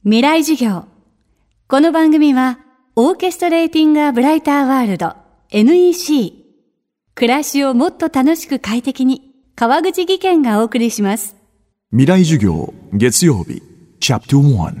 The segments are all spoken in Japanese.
未来授業。この番組はオーケストレーティング・ア・ブライター・ワールド NEC 暮らしをもっと楽しく快適に川口義賢がお送りします。 未来授業月曜日チャプター1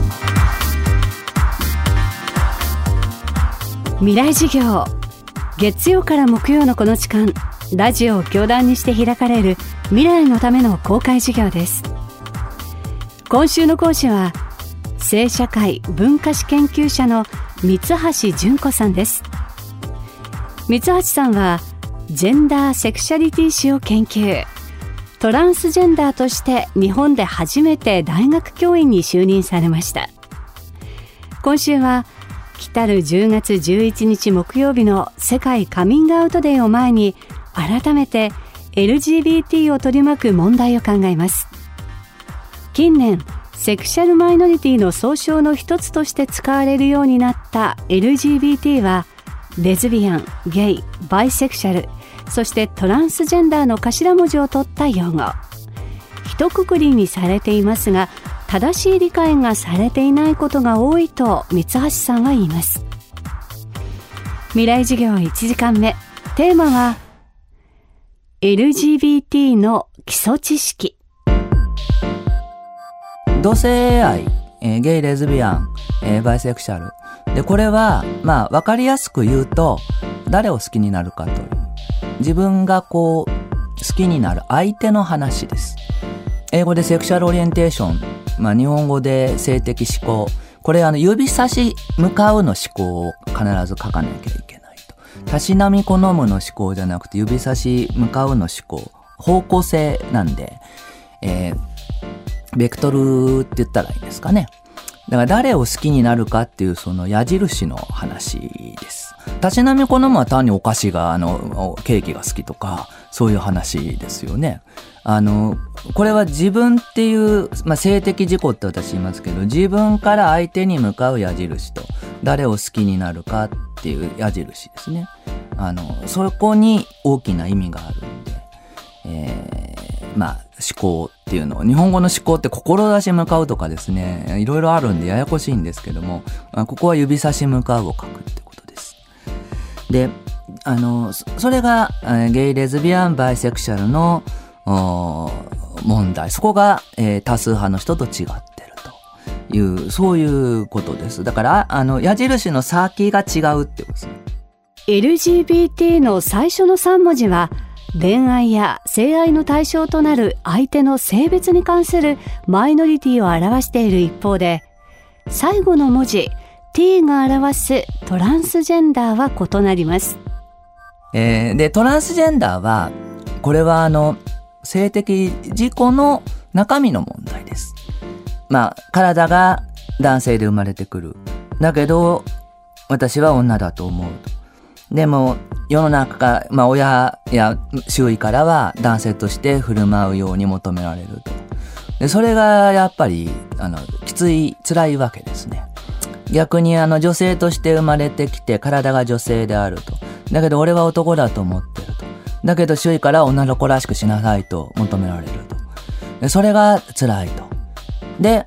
未来授業、月曜から木曜のこの時間、ラジオを教壇にして開かれる未来のための公開授業です。今週の講師は性社会文化史研究者の三橋純子さんです。三橋さんはジェンダーセクシャリティ史を研究、トランスジェンダーとして日本で初めて大学教員に就任されました。今週は来たる10月11日木曜日の世界カミングアウトデーを前に改めて LGBT を取り巻く問題を考えます。近年セクシャルマイノリティの総称の一つとして使われるようになった LGBT はレズビアン、ゲイ、バイセクシャル、そしてトランスジェンダーの頭文字を取った用語。一括りにされていますが、正しい理解がされていないことが多いと三橋さんは言います。未来授業1時間目、テーマは LGBT の基礎知識。 同性愛、ゲイ、レズビアン、バイセクシャル。で、これは、わかりやすく言うと、誰を好きになるかという。自分が好きになる相手の話です。英語でセクシャルオリエンテーション、日本語で性的指向。これ指差し向かうの思考を必ず書かなきゃいけないと。たしなみ好むの思考じゃなくて、指差し向かうの思考。方向性なんで、ベクトルって言ったらいいですかね。だから誰を好きになるかっていうその矢印の話です。たしなみ好むは単にお菓子がケーキが好きとかそういう話ですよね。これは自分っていう、性的自己って私言いますけど、自分から相手に向かう矢印と誰を好きになるかっていう矢印ですね。そこに大きな意味があるんで、思考っていうのを、日本語の思考って志向かうとかですね、いろいろあるんでややこしいんですけども、ここは指差し向かうを書くってことです。で、それがゲイ、レズビアン、バイセクシャルの問題。そこが、多数派の人と違ってるという、そういうことです。だから、矢印の先が違うってことです。 LGBT の最初の3文字は、恋愛や性愛の対象となる相手の性別に関するマイノリティを表している一方で、最後の文字 T が表すトランスジェンダーは異なります。 で、トランスジェンダーは、これは性的自己の中身の問題です。体が男性で生まれてくる。だけど、私は女だと思うと。でも、世の中が、親や周囲からは男性として振る舞うように求められると。で、それがやっぱり、辛いわけですね。逆に女性として生まれてきて体が女性であると。だけど俺は男だと思ってると。だけど周囲から女の子らしくしなさいと求められると。で、それが辛いと。で、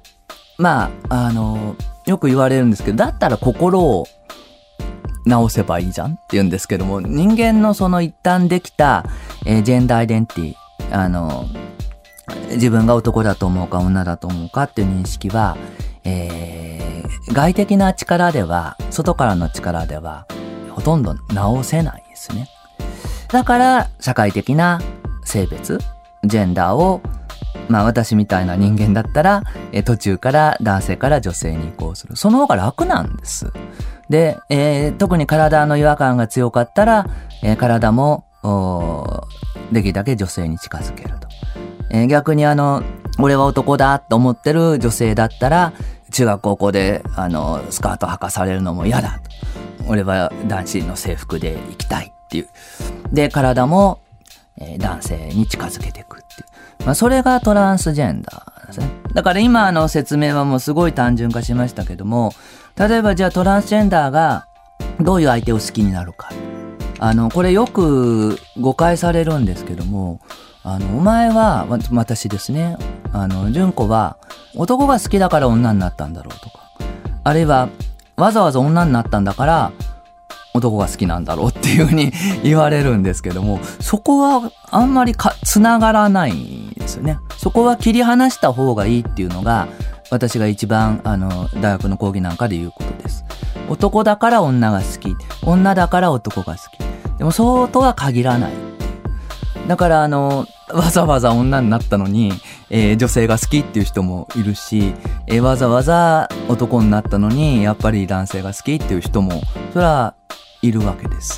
よく言われるんですけど、だったら心を直せばいいじゃんって言うんですけども、人間のその一旦できた、ジェンダーアイデンティティ、自分が男だと思うか女だと思うかっていう認識は、外的な力では、外からの力ではほとんど直せないですね。だから社会的な性別、ジェンダーを私みたいな人間だったら、途中から男性から女性に移行する。その方が楽なんです。で、特に体の違和感が強かったら、体もできるだけ女性に近づけると。逆に俺は男だと思ってる女性だったら、中学高校でスカート履かされるのも嫌だと。俺は男子の制服で行きたいっていう。で、体も、男性に近づけていくっていう。それがトランスジェンダーですね。だから今の説明はもうすごい単純化しましたけども、例えばじゃあトランスジェンダーがどういう相手を好きになるか。これよく誤解されるんですけども、 お前は、私ですね、純子は男が好きだから女になったんだろうとか、あるいはわざわざ女になったんだから男が好きなんだろうっていうふうに言われるんですけども、そこはあんまりつながらないんですよね。そこは切り離した方がいいっていうのが、私が一番大学の講義なんかで言うことです。男だから女が好き、女だから男が好き。でもそうとは限らない。だからわざわざ女になったのに、女性が好きっていう人もいるし、わざわざ男になったのにやっぱり男性が好きっていう人もそれはいるわけです。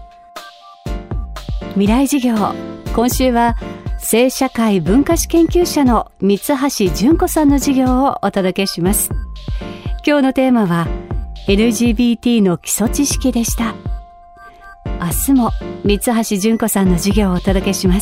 未来授業、今週は性社会文化史研究者の三橋純子さんの授業をお届けします。今日のテーマは LGBT の基礎知識でした。明日も三橋純子さんの授業をお届けします。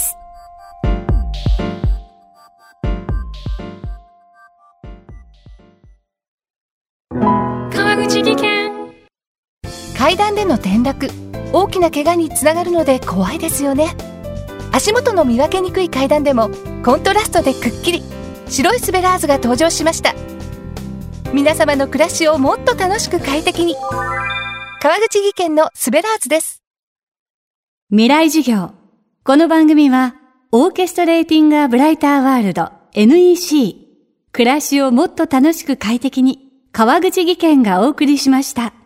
川口技研。階段での転落、大きな怪我につながるので怖いですよね。足元の見分けにくい階段でもコントラストでくっきり白いスベラーズが登場しました。皆様の暮らしをもっと楽しく快適に、川口技研のスベラーズです。 未来授業、この番組はオーケストレーティングアブライターワールド NEC、暮らしをもっと楽しく快適に、川口技研がお送りしました。